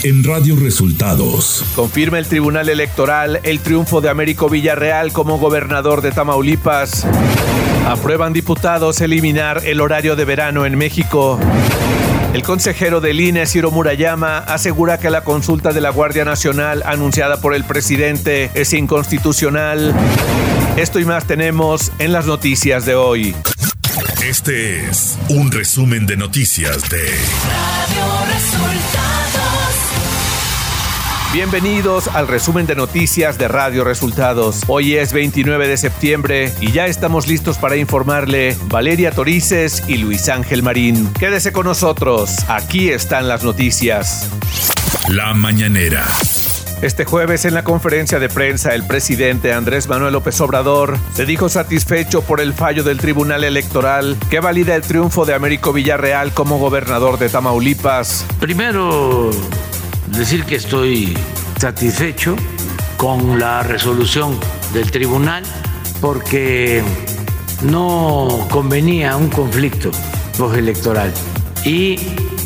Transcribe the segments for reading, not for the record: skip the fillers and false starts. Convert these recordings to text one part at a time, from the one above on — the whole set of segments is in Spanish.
en Radio Resultados. Confirma el Tribunal Electoral el triunfo de Américo Villarreal como gobernador de Tamaulipas. Aprueban diputados eliminar el horario de verano en México. El consejero del INE, Ciro Murayama, asegura que la consulta de la Guardia Nacional anunciada por el presidente es inconstitucional. Esto y más tenemos en las noticias de hoy. Este es un resumen de noticias de Radio Resultados. Bienvenidos al resumen de noticias de Radio Resultados. Hoy es 29 de septiembre y ya estamos listos para informarle Valeria Torices y Luis Ángel Marín. Quédese con nosotros, aquí están las noticias. La mañanera. Este jueves, en la conferencia de prensa, el presidente Andrés Manuel López Obrador se dijo satisfecho por el fallo del Tribunal Electoral que valida el triunfo de Américo Villarreal como gobernador de Tamaulipas. Primero, decir que estoy satisfecho con la resolución del tribunal porque no convenía un conflicto postelectoral y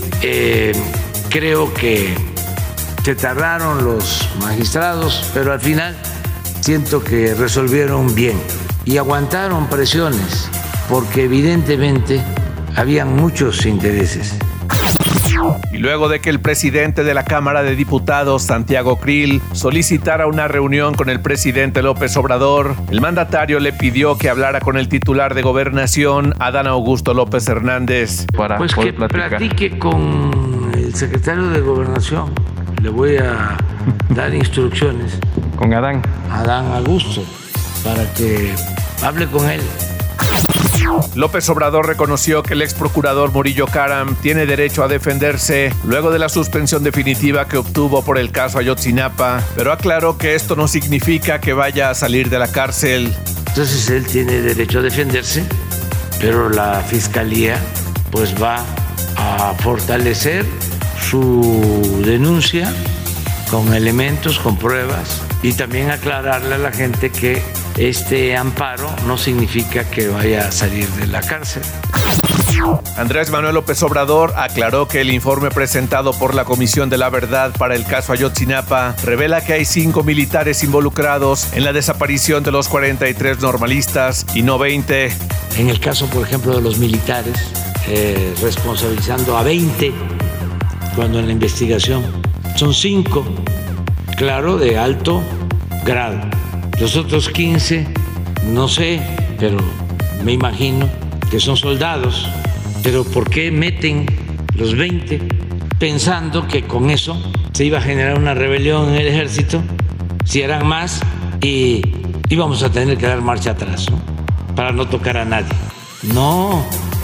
creo que se tardaron los magistrados, pero al final siento que resolvieron bien y aguantaron presiones porque evidentemente habían muchos intereses. Y luego de que el presidente de la Cámara de Diputados, Santiago Krill, solicitara una reunión con el presidente López Obrador, el mandatario le pidió que hablara con el titular de Gobernación, Adán Augusto López Hernández, para pues poder que platicar. Platique con el secretario de Gobernación. Le voy a dar instrucciones Con Adán Augusto para que hable con él. López Obrador reconoció que el ex procurador Murillo Karam tiene derecho a defenderse luego de la suspensión definitiva que obtuvo por el caso Ayotzinapa, pero aclaró que esto no significa que vaya a salir de la cárcel. Entonces él tiene derecho a defenderse, pero la fiscalía pues va a fortalecer su denuncia con elementos, con pruebas y también aclararle a la gente que este amparo no significa que vaya a salir de la cárcel. Andrés Manuel López Obrador aclaró que el informe presentado por la Comisión de la Verdad para el caso Ayotzinapa revela que hay 5 militares involucrados en la desaparición de los 43 normalistas y no 20. En el caso, por ejemplo, de los militares, responsabilizando a 20, cuando en la investigación son 5, claro, de alto grado. Los otros 15, no sé, pero me imagino que son soldados. Pero ¿por qué meten los 20 pensando que con eso se iba a generar una rebelión en el ejército? Si eran más y íbamos a tener que dar marcha atrás, ¿no? Para no tocar a nadie. No.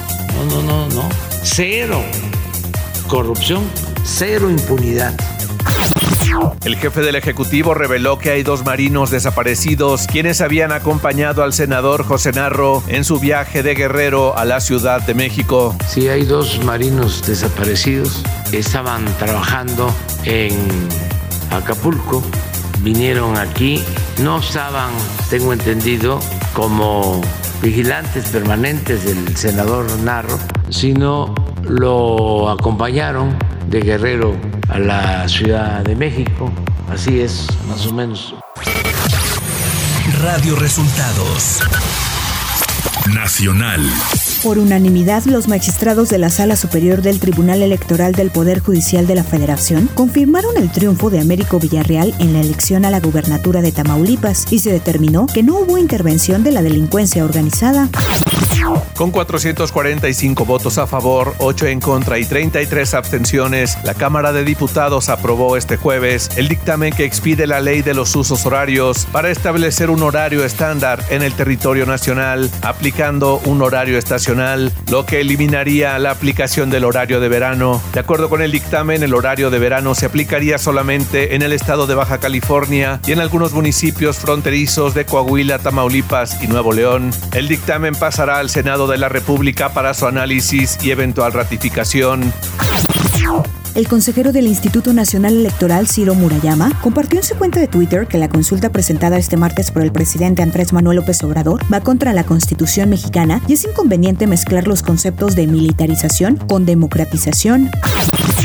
Cero corrupción, cero impunidad. El jefe del Ejecutivo reveló que hay 2 marinos desaparecidos quienes habían acompañado al senador José Narro en su viaje de Guerrero a la Ciudad de México. Sí, hay 2 marinos desaparecidos. Estaban trabajando en Acapulco, vinieron aquí, no estaban, tengo entendido, como vigilantes permanentes del senador Narro, sino lo acompañaron de Guerrero a la Ciudad de México. Así es, más o menos. Radio Resultados Nacional. Por unanimidad, los magistrados de la Sala Superior del Tribunal Electoral del Poder Judicial de la Federación confirmaron el triunfo de Américo Villarreal en la elección a la gubernatura de Tamaulipas y se determinó que no hubo intervención de la delincuencia organizada. Con 445 votos a favor, 8 en contra y 33 abstenciones, la Cámara de Diputados aprobó este jueves el dictamen que expide la Ley de los Usos Horarios para establecer un horario estándar en el territorio nacional, aplicando un horario estacional, lo que eliminaría la aplicación del horario de verano. De acuerdo con el dictamen, el horario de verano se aplicaría solamente en el estado de Baja California y en algunos municipios fronterizos de Coahuila, Tamaulipas y Nuevo León. El dictamen pasará al Senado de la República para su análisis y eventual ratificación. El consejero del Instituto Nacional Electoral, Ciro Murayama, compartió en su cuenta de Twitter que la consulta presentada este martes por el presidente Andrés Manuel López Obrador va contra la Constitución mexicana y es inconveniente mezclar los conceptos de militarización con democratización.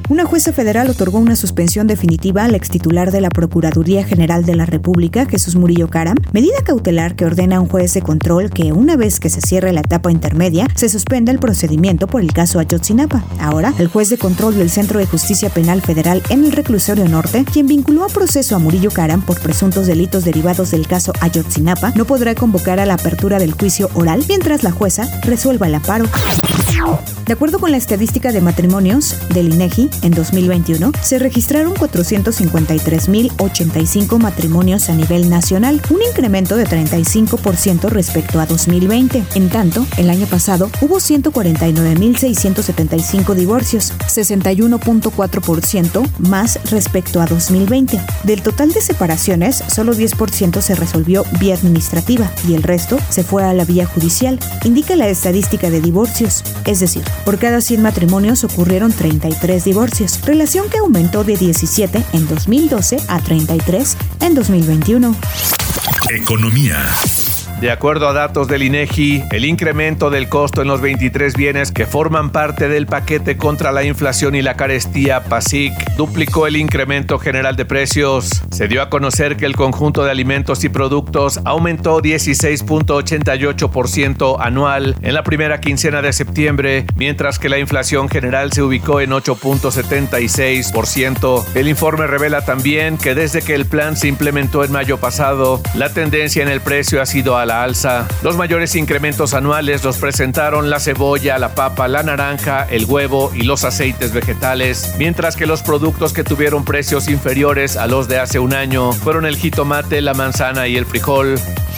Una jueza federal otorgó una suspensión definitiva al extitular de la Procuraduría General de la República, Jesús Murillo Caram, medida cautelar que ordena a un juez de control que, una vez que se cierre la etapa intermedia, se suspenda el procedimiento por el caso Ayotzinapa. Ahora, el juez de control del Centro de Justicia Penal Federal en el Reclusorio Norte, quien vinculó a proceso a Murillo Caram por presuntos delitos derivados del caso Ayotzinapa, no podrá convocar a la apertura del juicio oral mientras la jueza resuelva el amparo. De acuerdo con la estadística de matrimonios del INEGI, en 2021 se registraron 453,085 matrimonios a nivel nacional, un incremento de 35% respecto a 2020. En tanto, el año pasado hubo 149,675 divorcios, 61.4% más respecto a 2020. Del total de separaciones, solo 10% se resolvió vía administrativa y el resto se fue a la vía judicial, indica la estadística de divorcios. Es decir, por cada 100 matrimonios ocurrieron 33 divorcios, relación que aumentó de 17 en 2012 a 33 en 2021. Economía. De acuerdo a datos del INEGI, el incremento del costo en los 23 bienes que forman parte del paquete contra la inflación y la carestía PASIC duplicó el incremento general de precios. Se dio a conocer que el conjunto de alimentos y productos aumentó 16.88% anual en la primera quincena de septiembre, mientras que la inflación general se ubicó en 8.76%. El informe revela también que desde que el plan se implementó en mayo pasado, la tendencia en el precio ha sido a la alza. Los mayores incrementos anuales los presentaron la cebolla, la papa, la naranja, el huevo y los aceites vegetales, mientras que los productos que tuvieron precios inferiores a los de hace un año fueron el jitomate, la manzana y el frijol.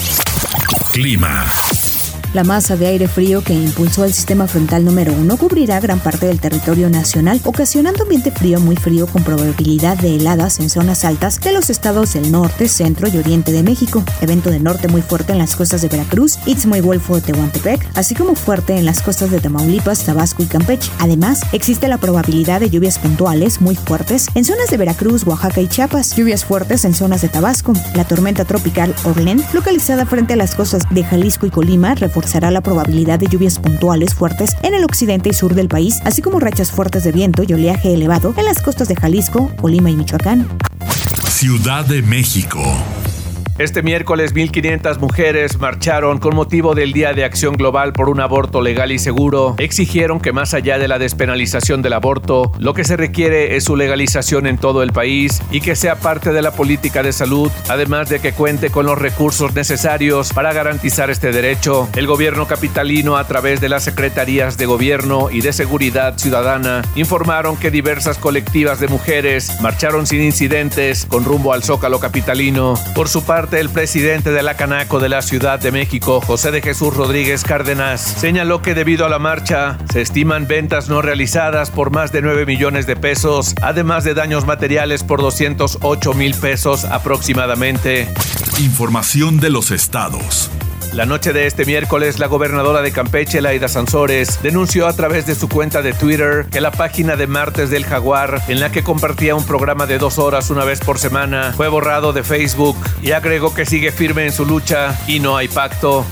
Clima. La masa de aire frío que impulsó el sistema frontal número 1 cubrirá gran parte del territorio nacional, ocasionando ambiente frío muy frío con probabilidad de heladas en zonas altas de los estados del norte, centro y oriente de México. Evento de norte muy fuerte en las costas de Veracruz, Istmo y Golfo de Tehuantepec, así como fuerte en las costas de Tamaulipas, Tabasco y Campeche. Además, existe la probabilidad de lluvias puntuales muy fuertes en zonas de Veracruz, Oaxaca y Chiapas, lluvias fuertes en zonas de Tabasco. La tormenta tropical Orlen, localizada frente a las costas de Jalisco y Colima, reforzará la probabilidad de lluvias puntuales fuertes en el occidente y sur del país, así como rachas fuertes de viento y oleaje elevado en las costas de Jalisco, Colima y Michoacán. Ciudad de México. Este miércoles 1,500 mujeres marcharon con motivo del Día de Acción Global por un aborto legal y seguro. Exigieron que más allá de la despenalización del aborto, lo que se requiere es su legalización en todo el país y que sea parte de la política de salud, además de que cuente con los recursos necesarios para garantizar este derecho. El gobierno capitalino, a través de las secretarías de Gobierno y de Seguridad Ciudadana, informaron que diversas colectivas de mujeres marcharon sin incidentes con rumbo al Zócalo capitalino. Por su parte, el presidente de la Canaco de la Ciudad de México, José de Jesús Rodríguez Cárdenas, señaló que debido a la marcha se estiman ventas no realizadas por más de 9 millones de pesos, además de daños materiales por 208,000 pesos aproximadamente. Información de los estados. La noche de este miércoles, la gobernadora de Campeche, Laida Sansores, denunció a través de su cuenta de Twitter que la página de Martes del Jaguar, en la que compartía un programa de 2 horas una vez por semana, fue borrado de Facebook y agregó que sigue firme en su lucha y no hay pacto.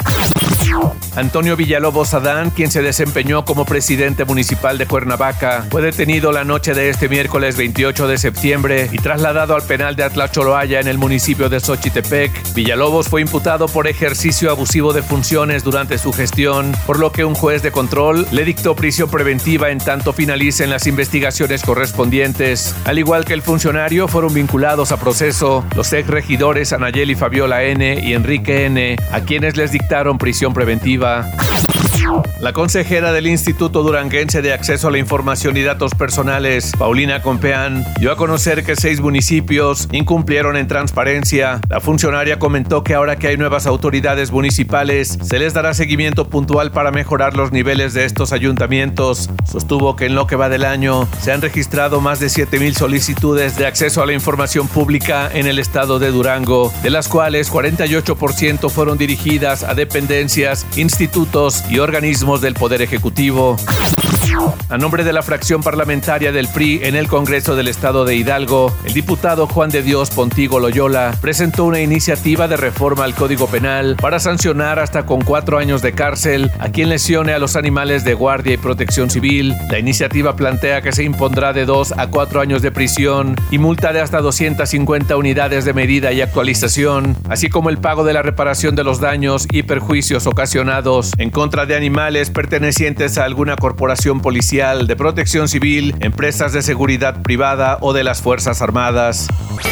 Antonio Villalobos Adán, quien se desempeñó como presidente municipal de Cuernavaca, fue detenido la noche de este miércoles 28 de septiembre y trasladado al penal de Atlacholoaya en el municipio de Xochitepec. Villalobos fue imputado por ejercicio abusivo de funciones durante su gestión, por lo que un juez de control le dictó prisión preventiva en tanto finalicen las investigaciones correspondientes. Al igual que el funcionario, fueron vinculados a proceso los exregidores Anayeli Fabiola N. y Enrique N., a quienes les dictaron prisión preventiva. La consejera del Instituto Duranguense de Acceso a la Información y Datos Personales, Paulina Compeán, dio a conocer que 6 municipios incumplieron en transparencia. La funcionaria comentó que ahora que hay nuevas autoridades municipales, se les dará seguimiento puntual para mejorar los niveles de estos ayuntamientos. Sostuvo que en lo que va del año se han registrado más de 7,000 solicitudes de acceso a la información pública en el estado de Durango, de las cuales 48% fueron dirigidas a dependencias, institutos y organismos del Poder Ejecutivo. A nombre de la fracción parlamentaria del PRI en el Congreso del Estado de Hidalgo, el diputado Juan de Dios Pontigo Loyola presentó una iniciativa de reforma al Código Penal para sancionar hasta con 4 años de cárcel a quien lesione a los animales de guardia y protección civil. La iniciativa plantea que se impondrá de 2 a 4 años de prisión y multa de hasta 250 unidades de medida y actualización, así como el pago de la reparación de los daños y perjuicios ocasionados en contra de animales pertenecientes a alguna corporación policial, de protección civil, empresas de seguridad privada o de las Fuerzas Armadas.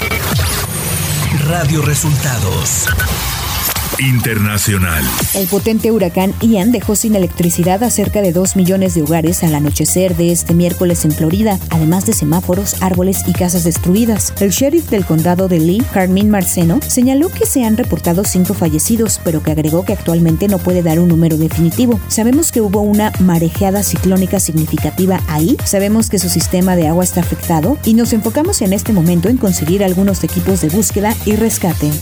Radio Resultados Internacional. El potente huracán Ian dejó sin electricidad a cerca de 2 millones de hogares al anochecer de este miércoles en Florida, además de semáforos, árboles y casas destruidas. El sheriff del condado de Lee, Carmine Marceno, señaló que se han reportado 5 fallecidos, pero que agregó que actualmente no puede dar un número definitivo. Sabemos que hubo una marejeada ciclónica significativa ahí, sabemos que su sistema de agua está afectado y nos enfocamos en este momento en conseguir algunos equipos de búsqueda y rescate.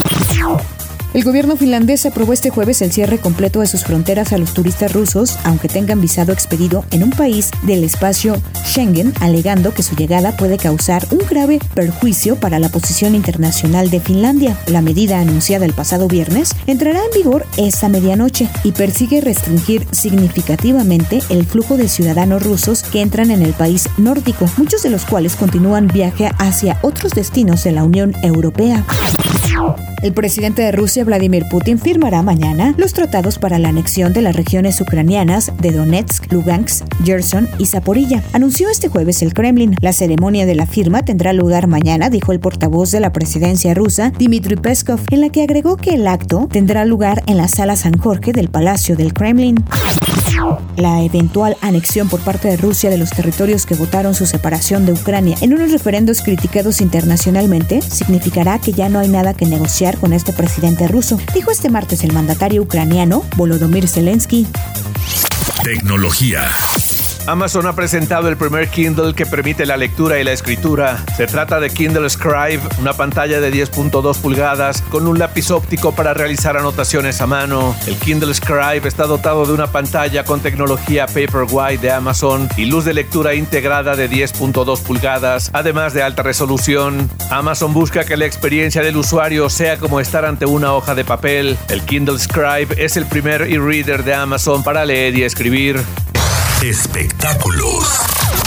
El gobierno finlandés aprobó este jueves el cierre completo de sus fronteras a los turistas rusos, aunque tengan visado expedido en un país del espacio Schengen, alegando que su llegada puede causar un grave perjuicio para la posición internacional de Finlandia. La medida anunciada el pasado viernes entrará en vigor esta medianoche y persigue restringir significativamente el flujo de ciudadanos rusos que entran en el país nórdico, muchos de los cuales continúan viaje hacia otros destinos de la Unión Europea. El presidente de Rusia, Vladimir Putin, firmará mañana los tratados para la anexión de las regiones ucranianas de Donetsk, Lugansk, Gerson y Zaporilla, anunció este jueves el Kremlin. La ceremonia de la firma tendrá lugar mañana, dijo el portavoz de la presidencia rusa, Dmitry Peskov, en la que agregó que el acto tendrá lugar en la Sala San Jorge del Palacio del Kremlin. La eventual anexión por parte de Rusia de los territorios que votaron su separación de Ucrania en unos referendos criticados internacionalmente significará que ya no hay nada que negociar con este presidente ruso, dijo este martes el mandatario ucraniano Volodymyr Zelensky. Tecnología. Amazon ha presentado el primer Kindle que permite la lectura y la escritura. Se trata de Kindle Scribe, una pantalla de 10.2 pulgadas con un lápiz óptico para realizar anotaciones a mano. El Kindle Scribe está dotado de una pantalla con tecnología Paperwhite de Amazon y luz de lectura integrada de 10.2 pulgadas, además de alta resolución. Amazon busca que la experiencia del usuario sea como estar ante una hoja de papel. El Kindle Scribe es el primer e-reader de Amazon para leer y escribir. Espectáculos.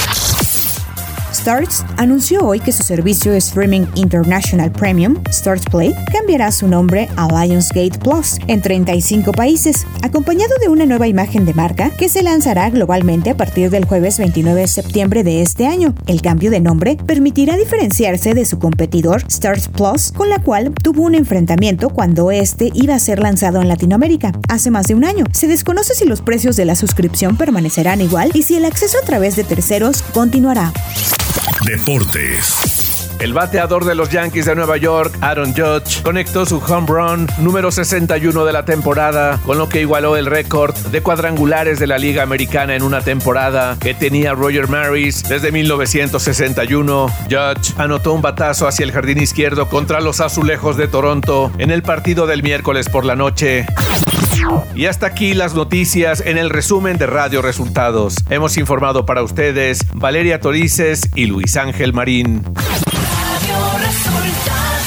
Starz anunció hoy que su servicio de streaming international premium, Starz Play, cambiará su nombre a Lionsgate Plus en 35 países, acompañado de una nueva imagen de marca que se lanzará globalmente a partir del jueves 29 de septiembre de este año. El cambio de nombre permitirá diferenciarse de su competidor Starz Plus, con la cual tuvo un enfrentamiento cuando este iba a ser lanzado en Latinoamérica hace más de un año. Se desconoce si los precios de la suscripción permanecerán igual y si el acceso a través de terceros continuará. Deportes. El bateador de los Yankees de Nueva York, Aaron Judge, conectó su home run número 61 de la temporada, con lo que igualó el récord de cuadrangulares de la Liga Americana en una temporada que tenía Roger Maris desde 1961. Judge anotó un batazo hacia el jardín izquierdo contra los Azulejos de Toronto en el partido del miércoles por la noche. Y hasta aquí las noticias en el resumen de Radio Resultados. Hemos informado para ustedes Valeria Torices y Luis Ángel Marín. Radio Resultados.